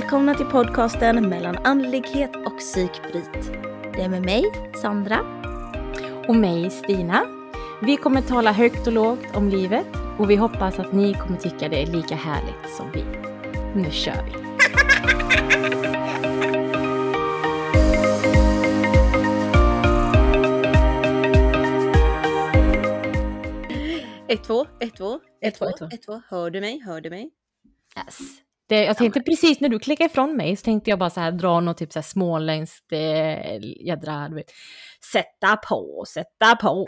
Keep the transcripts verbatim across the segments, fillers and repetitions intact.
Välkomna till podcasten Mellan andlighet och psykbryt. Det är med mig, Sandra. Och mig, Stina. Vi kommer tala högt och lågt om livet. Och vi hoppas att ni kommer tycka det är lika härligt som vi. Nu kör vi! Ett, två, ett, två, ett, två, ett, två. ett, två. Hör du mig? Hör du mig? Yes. Det, jag tänkte precis när du klickade ifrån mig så tänkte jag bara så här dra något typ så här småländskt eh, jädra, du vet, sätta på, sätta på.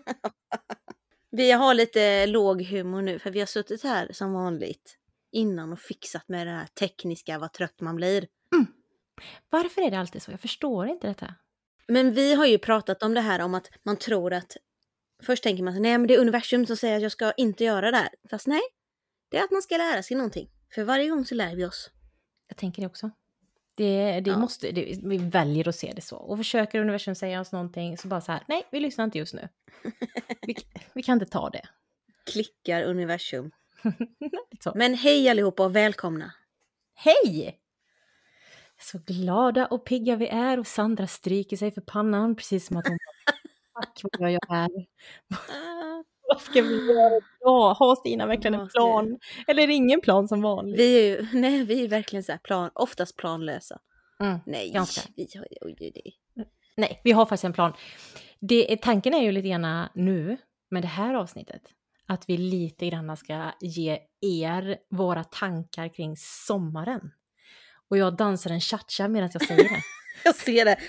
Vi har lite låg humor nu för vi har suttit här som vanligt innan och fixat med det här tekniska, vad trött man blir. Mm. Varför är det alltid så? Jag förstår inte detta. Men vi har ju pratat om det här om att man tror att först tänker man så, nej men det är universum som säger att jag ska inte göra det här. Fast nej, det är att man ska lära sig någonting. För varje gång så lär vi oss. Jag tänker det också. Det, det Ja. måste, det, vi väljer att se det så. Och försöker universum säga oss någonting så bara så här, nej vi lyssnar inte just nu. vi, vi kan inte ta det. Klickar universum. så. Men hej allihopa och välkomna. Hej! Så glada och pigga vi är och Sandra stryker sig för pannan precis som att hon tack vad jag gör här. Vad ska vi göra idag? Har Stina verkligen en plan? Eller är det ingen plan som vanligt? Vi är ju, nej, vi är verkligen så här plan, oftast planlösa. Mm, nej, ganska. vi har oj, det. Nej, vi har faktiskt en plan. Det, tanken är ju lite grann nu med det här avsnittet att vi lite grann ska ge er våra tankar kring sommaren. Och jag dansar en cha-cha medan jag säger det. Jag ser det.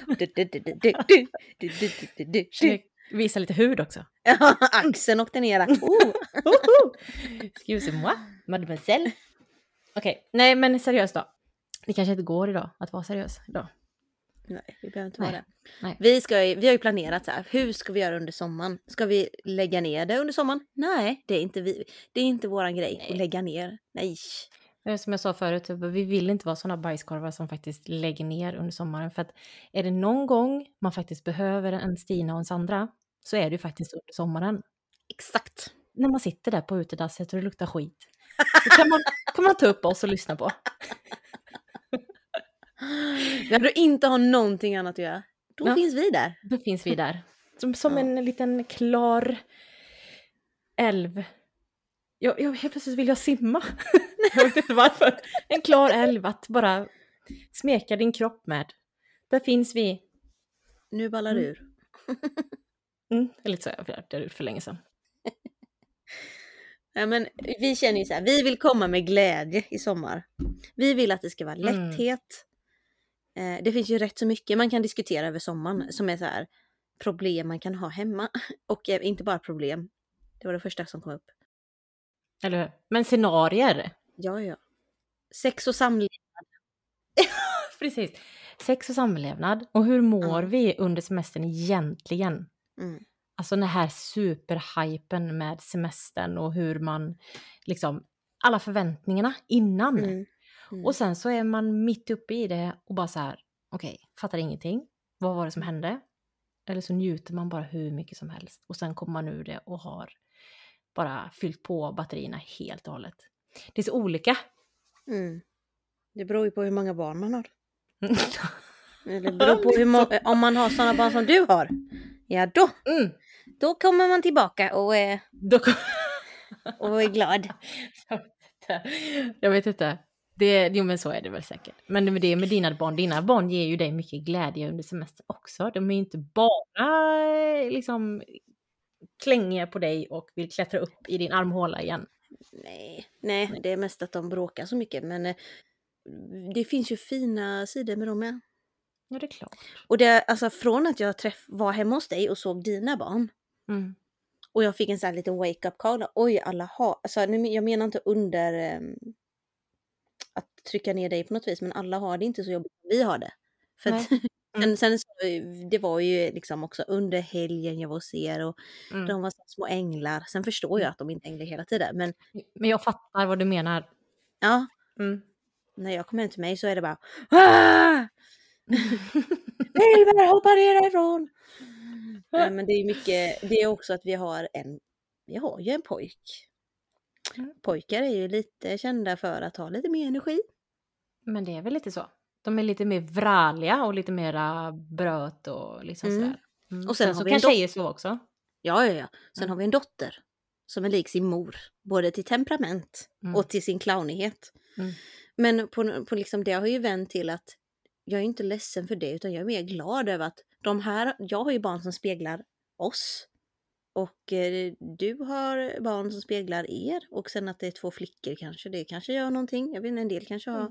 Visa lite hud också. Ja, axeln åkte ner. Oh. Excuse-moi, mademoiselle. Okej, okay. Nej men seriöst då. Det kanske inte går idag att vara seriös idag. Nej, vi behöver inte vara Nej. det. Nej. Vi, ska, vi har ju planerat så här, hur ska vi göra under sommaren? Ska vi lägga ner det under sommaren? Nej, det är inte, vi, det är inte våran grej Nej. att lägga ner. Nej. Som jag sa förut, vi vill inte vara sådana bajskorvar som faktiskt lägger ner under sommaren. För att är det någon gång man faktiskt behöver en Stina och en Sandra så är det ju faktiskt under sommaren. Exakt. När man sitter där på utedasset och det luktar skit. Då kan man, kan man ta upp oss och lyssna på. När du inte har någonting annat att göra, då ja, finns vi där. Då finns vi där. Som, som ja. en liten klar älv. Jag, jag, helt plötsligt vill jag simma. Jag vet inte varför. En klar älv att bara smeka din kropp med. Där finns vi. Nu ballar mm. ur. mm, eller så har jag varit där ur för länge sedan. Ja, men vi känner ju så här, vi vill komma med glädje i sommar. Vi vill att det ska vara lätthet. Mm. Eh, det finns ju rätt så mycket man kan diskutera över sommaren som är så här problem man kan ha hemma. Och eh, inte bara problem. Det var det första som kom upp. Eller hur? Men scenarier. Ja, ja. Sex och samlevnad. Precis. Sex och samlevnad. Och hur mår mm. vi under semestern egentligen? Mm. Alltså den här superhypen med semestern och hur man liksom alla förväntningarna innan. Mm. Mm. Och sen så är man mitt uppe i det och bara så här, okej, okay, fattar ingenting. Vad var det som hände? Eller så njuter man bara hur mycket som helst. Och sen kommer man ur det och har bara fyllt på batterierna helt och hållet. Det är så olika. Mm. Det beror ju på hur många barn man har. Eller det beror på hur må- om man har sådana barn som du har. Ja då. Mm. Då kommer man tillbaka och, eh, Då kom- och är glad. Jag vet inte. Det, jo men så är det väl säkert. Men det är med dina barn. Dina barn ger ju dig mycket glädje under semestern också. De är ju inte bara liksom klängiga på dig och vill klättra upp i din armhåla igen. Nej, nej, det är mest att de bråkar så mycket. Men eh, det finns ju fina sidor med dem med. Ja, det är klart. Och det, alltså från att jag träff, var hemma hos dig och såg dina barn. Mm. Och jag fick en sån här liten wake-up call. Oj, alla har... Alltså, jag menar inte under... Um, att trycka ner dig på något vis. Men alla har det inte så jobbigt som vi har det. För att, mm. sen, sen så, det var ju liksom också under helgen jag var hos er. Och mm. de var så små änglar. Sen förstår jag att de inte är änglar hela tiden. Men, men jag fattar vad du menar. Ja. Mm. När jag kommer hem till mig så är det bara... Aah! Wilmer, hoppa ner härifrån! Ja, men det är mycket, det är också att vi har en, vi har ju en pojk. Pojkar är ju lite kända för att ha lite mer energi. Men det är väl lite så. De är lite mer vraliga och lite mera bröt och liksom Mm. sådär. Mm. Och sen sen har så vi kan en dot- tjejer så också. Ja, ja, ja. Sen Mm. har vi en dotter som är lik sin mor. Både till temperament Mm. och till sin clownighet. Mm. Men på, på liksom det har ju vänt till att jag är inte ledsen för det, utan jag är mer glad över att de här, jag har ju barn som speglar oss. Och eh, du har barn som speglar er. Och sen att det är två flickor kanske, det kanske gör någonting. Jag vet inte, en del kanske har Mm.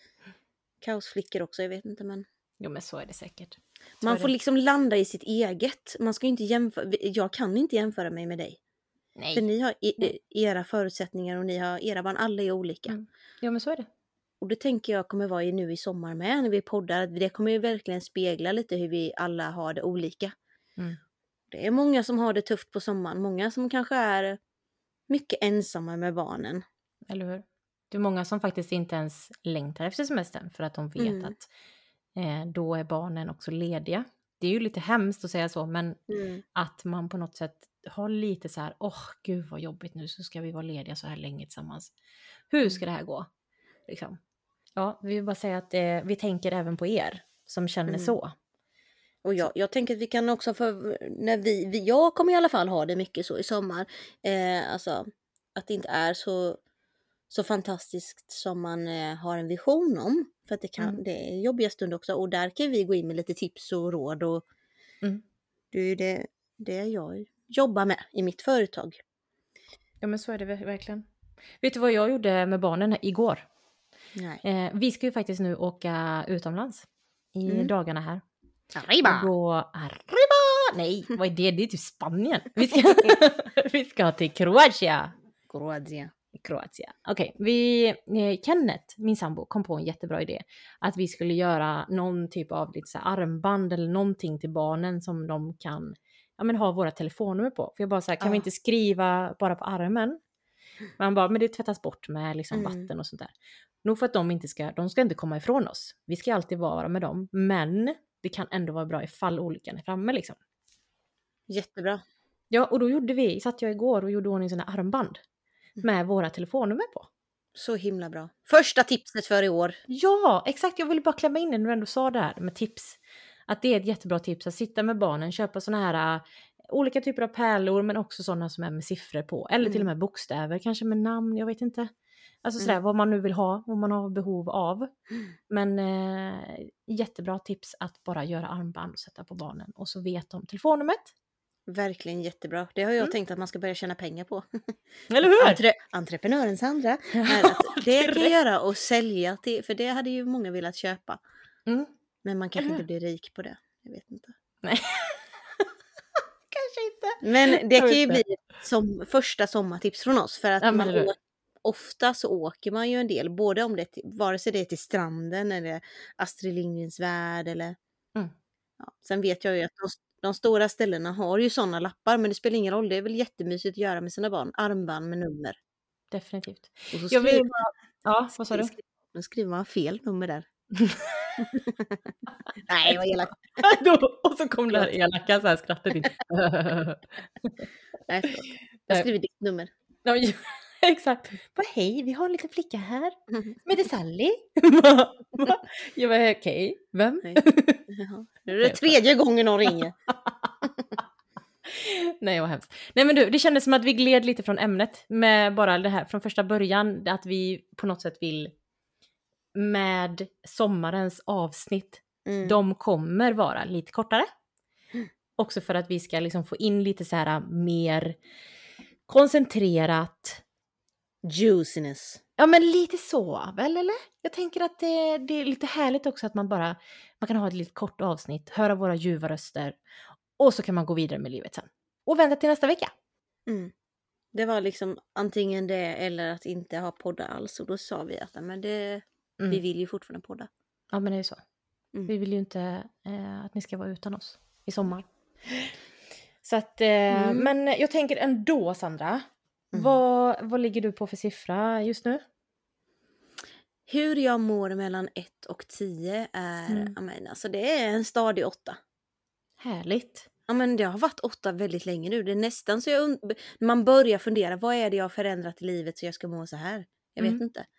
kaosflickor också, jag vet inte, men Jo, men så är det säkert. Så man är får det. liksom landa i sitt eget. Man ska ju inte jämföra, jag kan inte jämföra mig med dig. Nej. För ni har e- Nej. era förutsättningar och ni har era barn, alla är olika. Mm. Ja, men så är det. Och det tänker jag kommer vara i nu i sommar med när vi poddar. Att det kommer ju verkligen spegla lite hur vi alla har det olika. Mm. Det är många som har det tufft på sommaren. Många som kanske är mycket ensamma med barnen. Eller hur? Det är många som faktiskt inte ens längtar efter semestern för att de vet Mm. att eh, då är barnen också lediga. Det är ju lite hemskt att säga så, men Mm. att man på något sätt har lite så här, åh gud vad jobbigt, nu så ska vi vara lediga så här länge tillsammans. Hur ska det här gå? Liksom. Ja, vi vill bara säga att eh, vi tänker även på er som känner Mm. så. Och jag, jag tänker att vi kan också, för när vi, vi, jag kommer i alla fall ha det mycket så i sommar. Eh, alltså att det inte är så, så fantastiskt som man eh, har en vision om. För att det, kan, Mm. det är jobbiga stunder också. Och där kan vi gå in med lite tips och råd. Och Mm. det är det, det jag jobbar med i mitt företag. Ja, men så är det ver- verkligen. Vet du vad jag gjorde med barnen här igår? Nej. Eh, vi ska ju faktiskt nu åka utomlands i Mm. dagarna här. Arriba! Och då, arriba! Nej, vad är det? Det är typ Spanien. Vi ska, vi ska till Kroatien. Kroatien. Kroatien. Okej, vi, eh, Kenneth, min sambo, kom på en jättebra idé. Att vi skulle göra någon typ av lite så här armband eller någonting till barnen som de kan ja, men ha våra telefonnummer på. För jag bara så här, kan Ja. vi inte skriva bara på armen? Man bara, men det tvättas bort med liksom Mm. vatten och sånt där. Nog för att de inte ska, de ska inte komma ifrån oss. Vi ska alltid vara med dem. Men det kan ändå vara bra ifall olyckan är framme liksom. Jättebra. Ja, och då gjorde vi, satt jag igår och gjorde ordning sådana armband. Med våra telefonnummer på. Så himla bra. Första tipset för i år. Ja, exakt. Jag ville bara klämma in det när du ändå sa det här med tips. Att det är ett jättebra tips att sitta med barnen, köpa såna här uh, olika typer av pärlor men också sådana som är med siffror på. Eller Mm. till och med bokstäver, kanske med namn, jag vet inte. Alltså sådär, Mm. vad man nu vill ha, vad man har behov av. Mm. Men eh, jättebra tips att bara göra armband och sätta på barnen. Och så vet de telefonnumret. Verkligen jättebra. Det har jag Mm. tänkt att man ska börja tjäna pengar på. Eller hur? Entre, entreprenören Sandra. Är att det kan jag göra och sälja till, för det hade ju många velat köpa. Mm. Men man kanske Eller inte blir rik på det. Jag vet inte. Nej. Kanske inte. Men det Jag kan vet ju inte. bli som första sommartips från oss. För att Ja, men man eller hur? å- ofta så åker man ju en del. Både om det är till, vare sig det är till stranden eller Astrid Lindgrens värld. Eller, Mm. ja. Sen vet jag ju att de, de stora ställena har ju sådana lappar. Men det spelar ingen roll. Det är väl jättemysigt att göra med sina barn. Armband med nummer. Definitivt. Och så Jag vill skriver, bara... Ja, vad sa du? skriver, då skriver man fel nummer där. Nej, vad elakt. Då, och så kom det här elaka så här skrattet in. Nej, förlåt. Jag Nej. skriver ditt nummer. Ja, ju- exakt. Bara, hej, vi har en liten flicka här. Med det Sally. Jag var okej. Vem? Nej. Jaha. Nu är det tredje gången någon ringer. Nej, vad hemskt. Nej, men du, det kändes som att vi gled lite från ämnet med bara det här från första början. Att vi på något sätt vill med sommarens avsnitt. Mm. De kommer vara lite kortare. Också för att vi ska liksom få in lite så här mer koncentrerat. Juiciness. Ja, men lite så väl, eller? Jag tänker att det, det är lite härligt också att man bara man kan ha ett litet kort avsnitt, höra våra ljuva röster och så kan man gå vidare med livet sen. Och vänta till nästa vecka. Mm. Det var liksom antingen det eller att inte ha podda alls. Och då sa vi att men det, Mm. vi vill ju fortfarande podda. Ja, men det är så. Mm. Vi vill ju inte eh, att ni ska vara utan oss i sommar. Så att, eh, Mm. men jag tänker ändå, Sandra. Mm. Vad, vad ligger du på för siffra just nu? Hur jag mår mellan ett och tio är, Mm. ja, men, alltså det är en stadig åtta. Härligt. Ja, men det har varit åtta väldigt länge nu. Det är nästan så jag und- man börjar fundera, vad är det jag har förändrat i livet så jag ska må så här? Jag vet Mm. inte.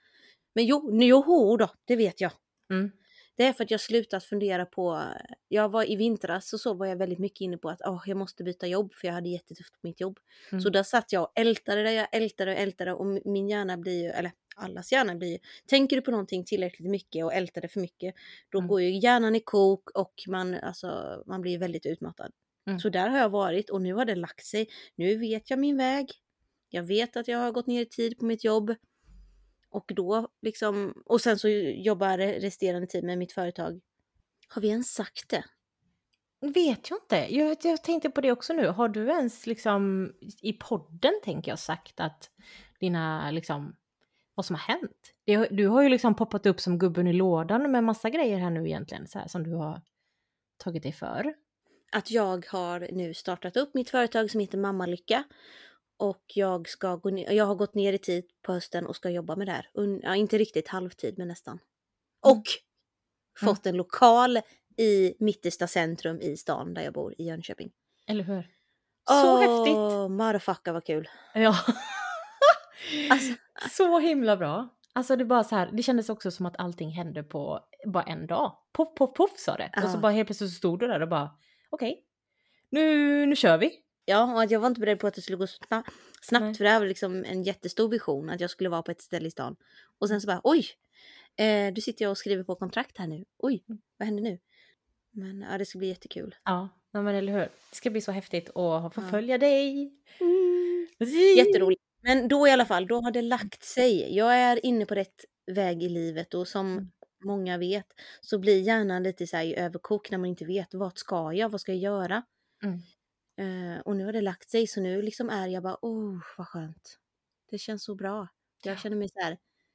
Men jo, nu jo då, det vet jag. Mm. Det är för att jag slutat fundera på, jag var i vintras och så var jag väldigt mycket inne på att oh, jag måste byta jobb för jag hade jättetufft på mitt jobb. Mm. Så där satt jag och ältade det, jag ältade och ältade och min hjärna blir ju, eller allas hjärna blir ju, tänker du på någonting tillräckligt mycket och ältar det för mycket, då Mm. går ju hjärnan i kok och man, alltså, man blir väldigt utmattad. Mm. Så där har jag varit och nu har det lagt sig. Nu vet jag min väg. Jag vet att jag har gått ner i tid på mitt jobb. Och då liksom, och sen så jobbar resterande tid med mitt företag. Har vi ens sagt det? Vet jag inte. Jag, jag tänkte på det också nu. Har du ens liksom i podden, tänker jag, sagt att dina liksom, vad som har hänt? Det, du har ju liksom poppat upp som gubben i lådan med massa grejer här nu egentligen, så här, som du har tagit dig för. Att jag har nu startat upp mitt företag som heter Mamma Lycka. Och jag, ska gå ner, jag har gått ner i tid på hösten och ska jobba med det här. Un, ja, inte riktigt halvtid, men nästan. Och Mm. fått en lokal i mittersta centrum i stan där jag bor, i Jönköping. Eller hur? Så Åh, häftigt! motherfucker vad kul! Ja. Alltså, Så himla bra. Alltså det bara så här, det kändes också som att allting hände på bara en dag. Poff, poff, poff sa det. Ja. Och så bara helt plötsligt så stod du där och bara, okej, okay, nu, nu kör vi. Ja, och att jag var inte beredd på att det skulle gå så snabbt. Snabbt Nej. för det här var liksom en jättestor vision att jag skulle vara på ett ställe i stan. Och sen så bara, oj! Eh, du sitter jag och skriver på kontrakt här nu. Oj, vad händer nu? Men ja, det ska bli jättekul. Ja, men eller hur? Det ska bli så häftigt att få Ja. följa dig. Mm. Jätteroligt. Men då i alla fall, då har det lagt sig. Jag är inne på rätt väg i livet och som Mm. många vet så blir hjärnan lite så här i överkok när man inte vet vad ska jag, vad ska jag göra? Mm. Uh, och nu har det lagt sig så nu liksom är jag bara, oh vad skönt. Det känns så bra. Jag Ja. känner mig så här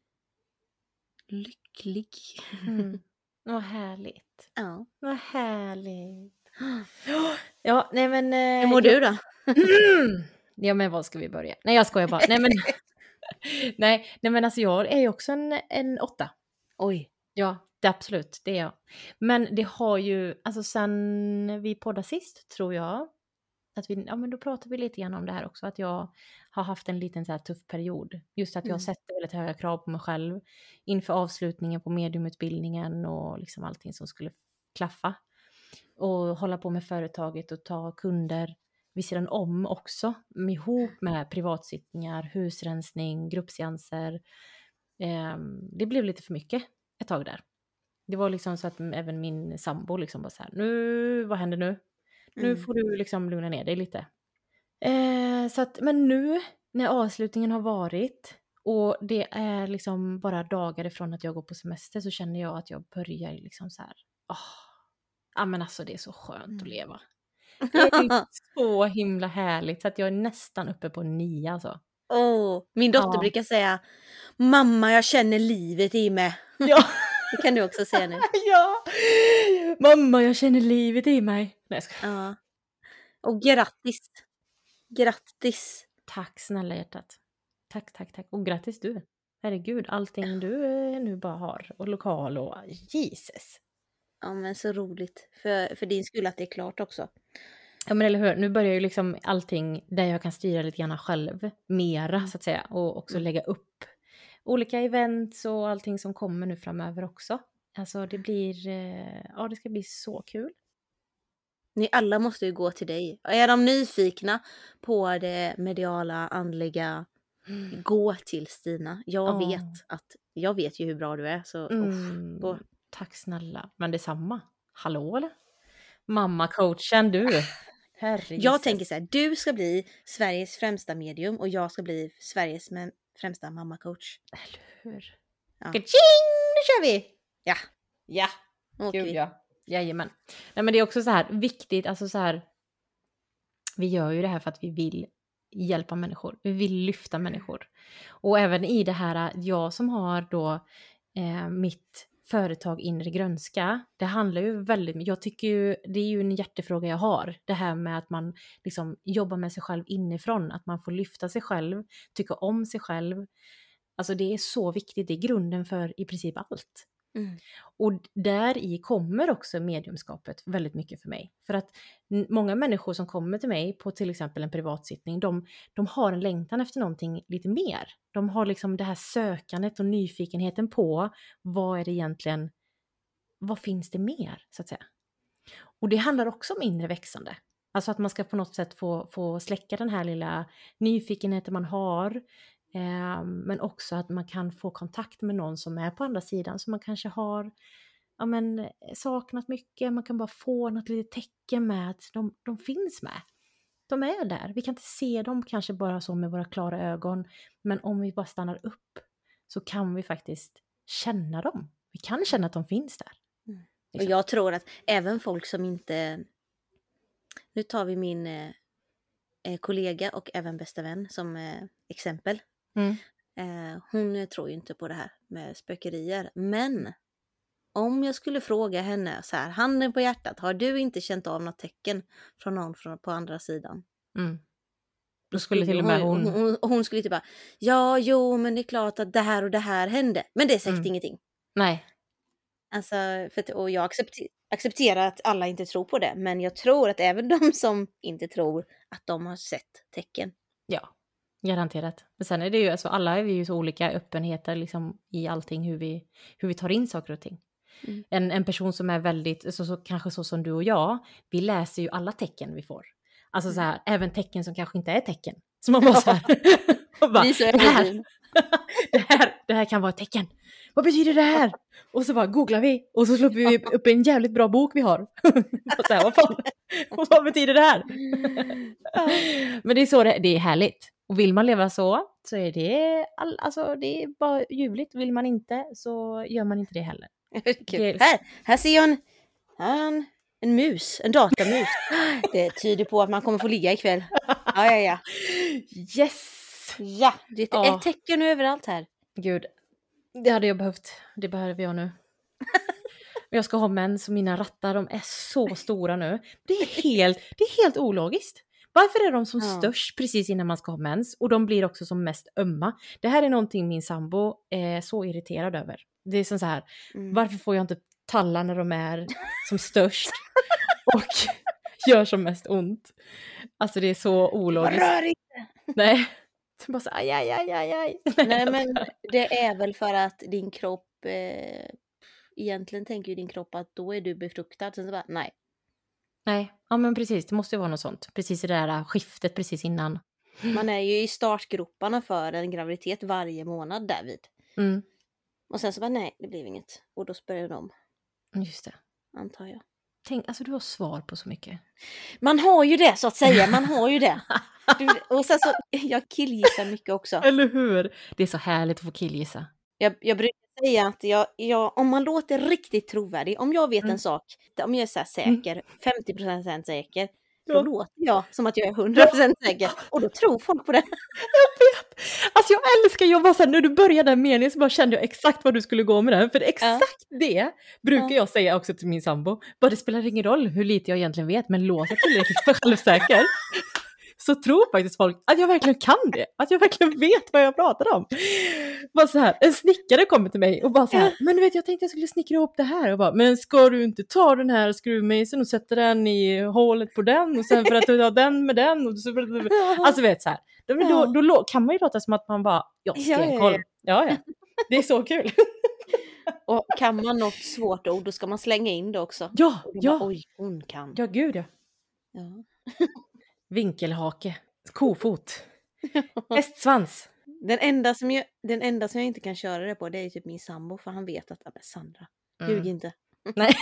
lycklig. Mm. Vad härligt. Ja. Vad härligt. Ja, nej men... Eh, Hur mår jag... du då? Ja, men vad ska vi börja? Nej, jag skojar bara. Nej, men, nej, nej, men alltså jag är ju också en, en åtta. Oj. Ja, det absolut, det är jag. Men det har ju, alltså sen vi poddade sist tror jag, att vi, ja men då pratade vi lite grann om det här också, att jag har haft en liten så här tuff period. Just att jag Mm. sätter väldigt höga krav på mig själv inför avslutningen på mediumutbildningen och liksom allting som skulle klaffa. Och hålla på med företaget och ta kunder vid sidan om också, ihop med privatsittningar, husrensning, gruppseanser. Eh, det blev lite för mycket ett tag där. Det var liksom så att även min sambo liksom var så här, nu, vad händer nu? Nu Mm. får du liksom lugna ner dig lite. Eh, så att, men nu när avslutningen har varit och det är liksom bara dagar ifrån att jag går på semester så känner jag att jag börjar liksom så här, åh, ja men alltså det är så skönt Mm. att leva. Det är så himla härligt så att jag är nästan uppe på nio alltså. Oh, min dotter Ja. brukar säga, mamma jag känner livet i mig. Ja. Det kan du också säga nu. Ja, mamma jag känner livet i mig. Nej, jag ska... Ja. Och grattis. Grattis. Tack snälla hjärtat. Tack, tack, tack. Och grattis du. Herregud, allting du nu bara har. Och lokal och Jesus. Ja men så roligt. För, för din skull att det är klart också. Ja men eller hur, nu börjar ju liksom allting där jag kan styra lite grann själv. Mera så att säga. Och också Mm. lägga upp olika events och allting som kommer nu framöver också. Alltså det blir, ja det ska bli så kul. Ni alla måste ju gå till dig. Är de nyfikna på det mediala, andliga, mm. gå till Stina. Jag oh. vet att, jag vet ju hur bra du är. Så, mm. gå. Tack snälla. Men det är samma. Hallå eller? Mamma coachen du. Herre jag tänker så här, du ska bli Sveriges främsta medium och jag ska bli Sveriges främsta mammacoach. Eller hur? Ja. Ka-ching! Nu kör vi! Ja. Ja. Åker Gud vi. ja. Jajamän. Nej men det är också så här viktigt, alltså så här. Vi gör ju det här för att vi vill hjälpa människor. Vi vill lyfta människor. Och även i det här, jag som har då eh, mitt företag Inre Grönska, det handlar ju väldigt mycket, jag tycker ju, det är ju en hjärtefråga jag har, det här med att man liksom jobbar med sig själv inifrån, att man får lyfta sig själv, tycka om sig själv, alltså det är så viktigt, det är grunden för i princip allt. Mm. Och där i kommer också mediumskapet väldigt mycket för mig. För att n- många människor som kommer till mig på till exempel en privatsittning, de, de har en längtan efter någonting lite mer. De har liksom det här sökandet och nyfikenheten på vad är det egentligen, vad finns det mer så att säga. Och det handlar också om inre växande. Alltså att man ska på något sätt få, få släcka den här lilla nyfikenheten man har. Eh, men också att man kan få kontakt med någon som är på andra sidan. Som man kanske har ja, men, saknat mycket. Man kan bara få något litet tecken med att de, de finns med. De är där. Vi kan inte se dem kanske bara så med våra klara ögon. Men om vi bara stannar upp så kan vi faktiskt känna dem. Vi kan känna att de finns där. Mm. Och jag tror att även folk som inte... Nu tar vi min eh, kollega och även bästa vän som eh, exempel. Mm. Eh, hon tror ju inte på det här med spökerier. Men om jag skulle fråga henne så här, handen på hjärtat, har du inte känt av något tecken från någon från, på andra sidan? Mm. Då skulle till och med hon... Hon, hon, hon skulle typ bara, ja, jo, men det är klart att det här och det här hände. Men det är säkert Mm. ingenting. Nej. Alltså, för att, och jag accepter, accepterar att alla inte tror på det. Men jag tror att även de som inte tror att de har sett tecken. Ja, garanterat. Men sen är det ju, alltså alla är vi ju så olika öppenheter liksom i allting, hur vi, hur vi tar in saker och ting. Mm. En, en person som är väldigt, så, så, kanske så som du och jag, vi läser ju alla tecken vi får. Alltså så här, även tecken som kanske inte är tecken. Så man bara så här, och bara, Vi så är det, här, vi. det, här, det här kan vara ett tecken. Vad betyder det här? Och så bara googlar vi. Och så slår vi upp en jävligt bra bok vi har. Och så här, vad fan? Vad betyder det här? Men det är så det, det är härligt. Och vill man leva så, så är det, all, alltså, det är bara ljuvligt. Vill man inte så gör man inte det heller. Det, här, här ser jag en, en, en mus, en datamus. Det tyder på att man kommer få ligga ikväll. Ja, ja, ja. Yes! Ja, det är Ja. ett tecken överallt här. Gud, det hade jag behövt. Det behöver jag nu. Jag ska ha mens och mina rattar, de är så stora nu. Det är helt, det är helt ologiskt. Varför är de som Ja. störst precis innan man ska ha mens? Och de blir också som mest ömma. Det här är någonting min sambo är så irriterad över. Det är som så här, Mm. varför får jag inte talla när de är som störst? Och gör som mest ont. Alltså det är så ologiskt. Rör inte! Nej. Så bara så, aj, aj, aj, aj, aj. Nej, men det är väl för att din kropp... Eh, egentligen tänker ju din kropp att då är du befruktad. Sen så bara, nej. Nej, ja men precis. Det måste ju vara något sånt. Precis i det där skiftet precis innan. Man är ju i startgroparna för en graviditet varje månad därvid. Mm. Och sen så bara, nej, det blev inget. Och då börjar de, Just det. antar jag. Tänk, alltså du har svar på så mycket. Man har ju det, så att säga. Man har ju det. Du, och sen så, jag killgissar mycket också. Eller hur? Det är så härligt att få killgissa. Jag, jag brukar säga att jag, jag, om man låter riktigt trovärdig, om jag vet Mm. en sak, om jag är så här säker, femtio procent säker, då Ja. låter jag som att jag är hundra procent säker. Och då tror folk på det. Jag vet! Alltså jag älskar jag bara så här, när du började den meningen så bara kände jag exakt vad du skulle gå med den. För exakt det brukar Ja. jag säga också till min sambo. Bara det spelar ingen roll hur lite jag egentligen vet, men låter tillräckligt självsäker. Så tror faktiskt folk att jag verkligen kan det. Att jag verkligen vet vad jag pratar om. Bara så här, en snickare kommer till mig och bara så här, men du vet jag tänkte jag skulle snickra ihop det här. Och bara, men ska du inte ta den här skruvmejseln och sätta den i hålet på den och sen för att du har den med den. Och så, alltså vet så här, då, då, då, då kan man ju låta som att man bara, jag har Ja, ja, ja. stenkoll. Ja, ja. Det är så kul. Och kan man något svårt ord, då ska man slänga in det också. Ja, Och då ja. bara, oj, hon kan. Ja, gud ja. Ja. Vinkelhake, kofot, hästsvans. Den, enda som jag, den enda som jag inte kan köra det på, det är typ min sambo. För han vet att, ja, men Sandra, ljug Mm. inte. Nej.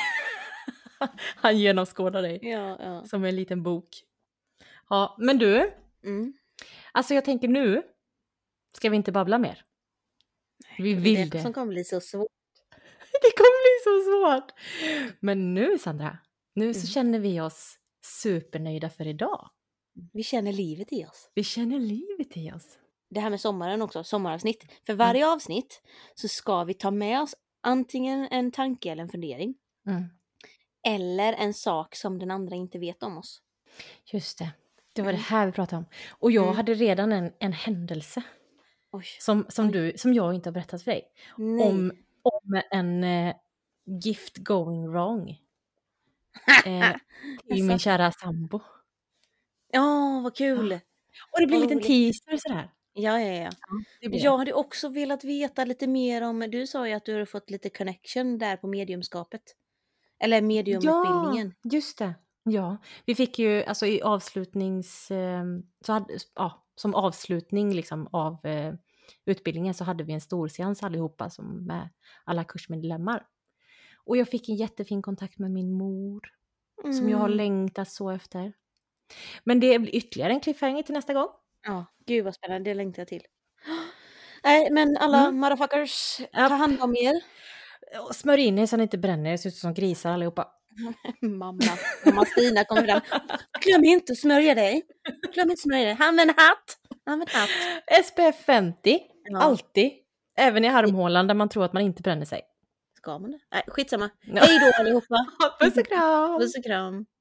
Han genomskådar dig Ja, ja. som en liten bok. Ja, men du, Mm. alltså jag tänker nu ska vi inte babbla mer. Vi Det är vill det det. som kommer bli så svårt. Det kommer bli så svårt. Men nu Sandra, nu så Mm. känner vi oss supernöjda för idag. Vi känner livet i oss. Vi känner livet i oss. Det här med sommaren också, sommaravsnitt. För varje avsnitt så ska vi ta med oss antingen en tanke eller en fundering. Mm. Eller en sak som den andra inte vet om oss. Just det. Det var Mm. det här vi pratade om. Och jag Mm. hade redan en, en händelse Oj. som, som, Oj. du, som jag inte har berättat för dig. Nej. Om, om med en eh, gift going wrong. Eh, till min kära sambo. Ja, vad kul! Ja. Och det blir en liten teaser sådär. Ja, ja, ja. Ja, det blir Jag det. hade också velat veta lite mer om, du sa ju att du har fått lite connection där på mediumskapet. Eller mediumutbildningen. Ja, just det. Ja, vi fick ju alltså i avslutnings... Eh, så hade, ja, som avslutning liksom av eh, utbildningen så hade vi en stor seans allihopa som med alla kursmedlemmar. Och jag fick en jättefin kontakt med min mor. Mm. Som jag har längtat så efter. Men det blir ytterligare en cliffhanger till nästa gång. Ja, gud vad spännande. Det längtar jag till. Nej, men alla mm. motherfuckers, ta hand om er. Smörj in er så ni inte bränner er, ser ut som grisar allihopa. Mamma, mamma Stina kommer fram. Glöm inte att smörja dig. Glöm inte att smörja dig. Använd hatt. Använd hatt. S P F femtio. Ja. Alltid. Även i armhålan där man tror att man inte bränner sig. Ska man det? Nej, skitsamma. Ja. Hej då allihopa. Puss och kram. Puss och kram.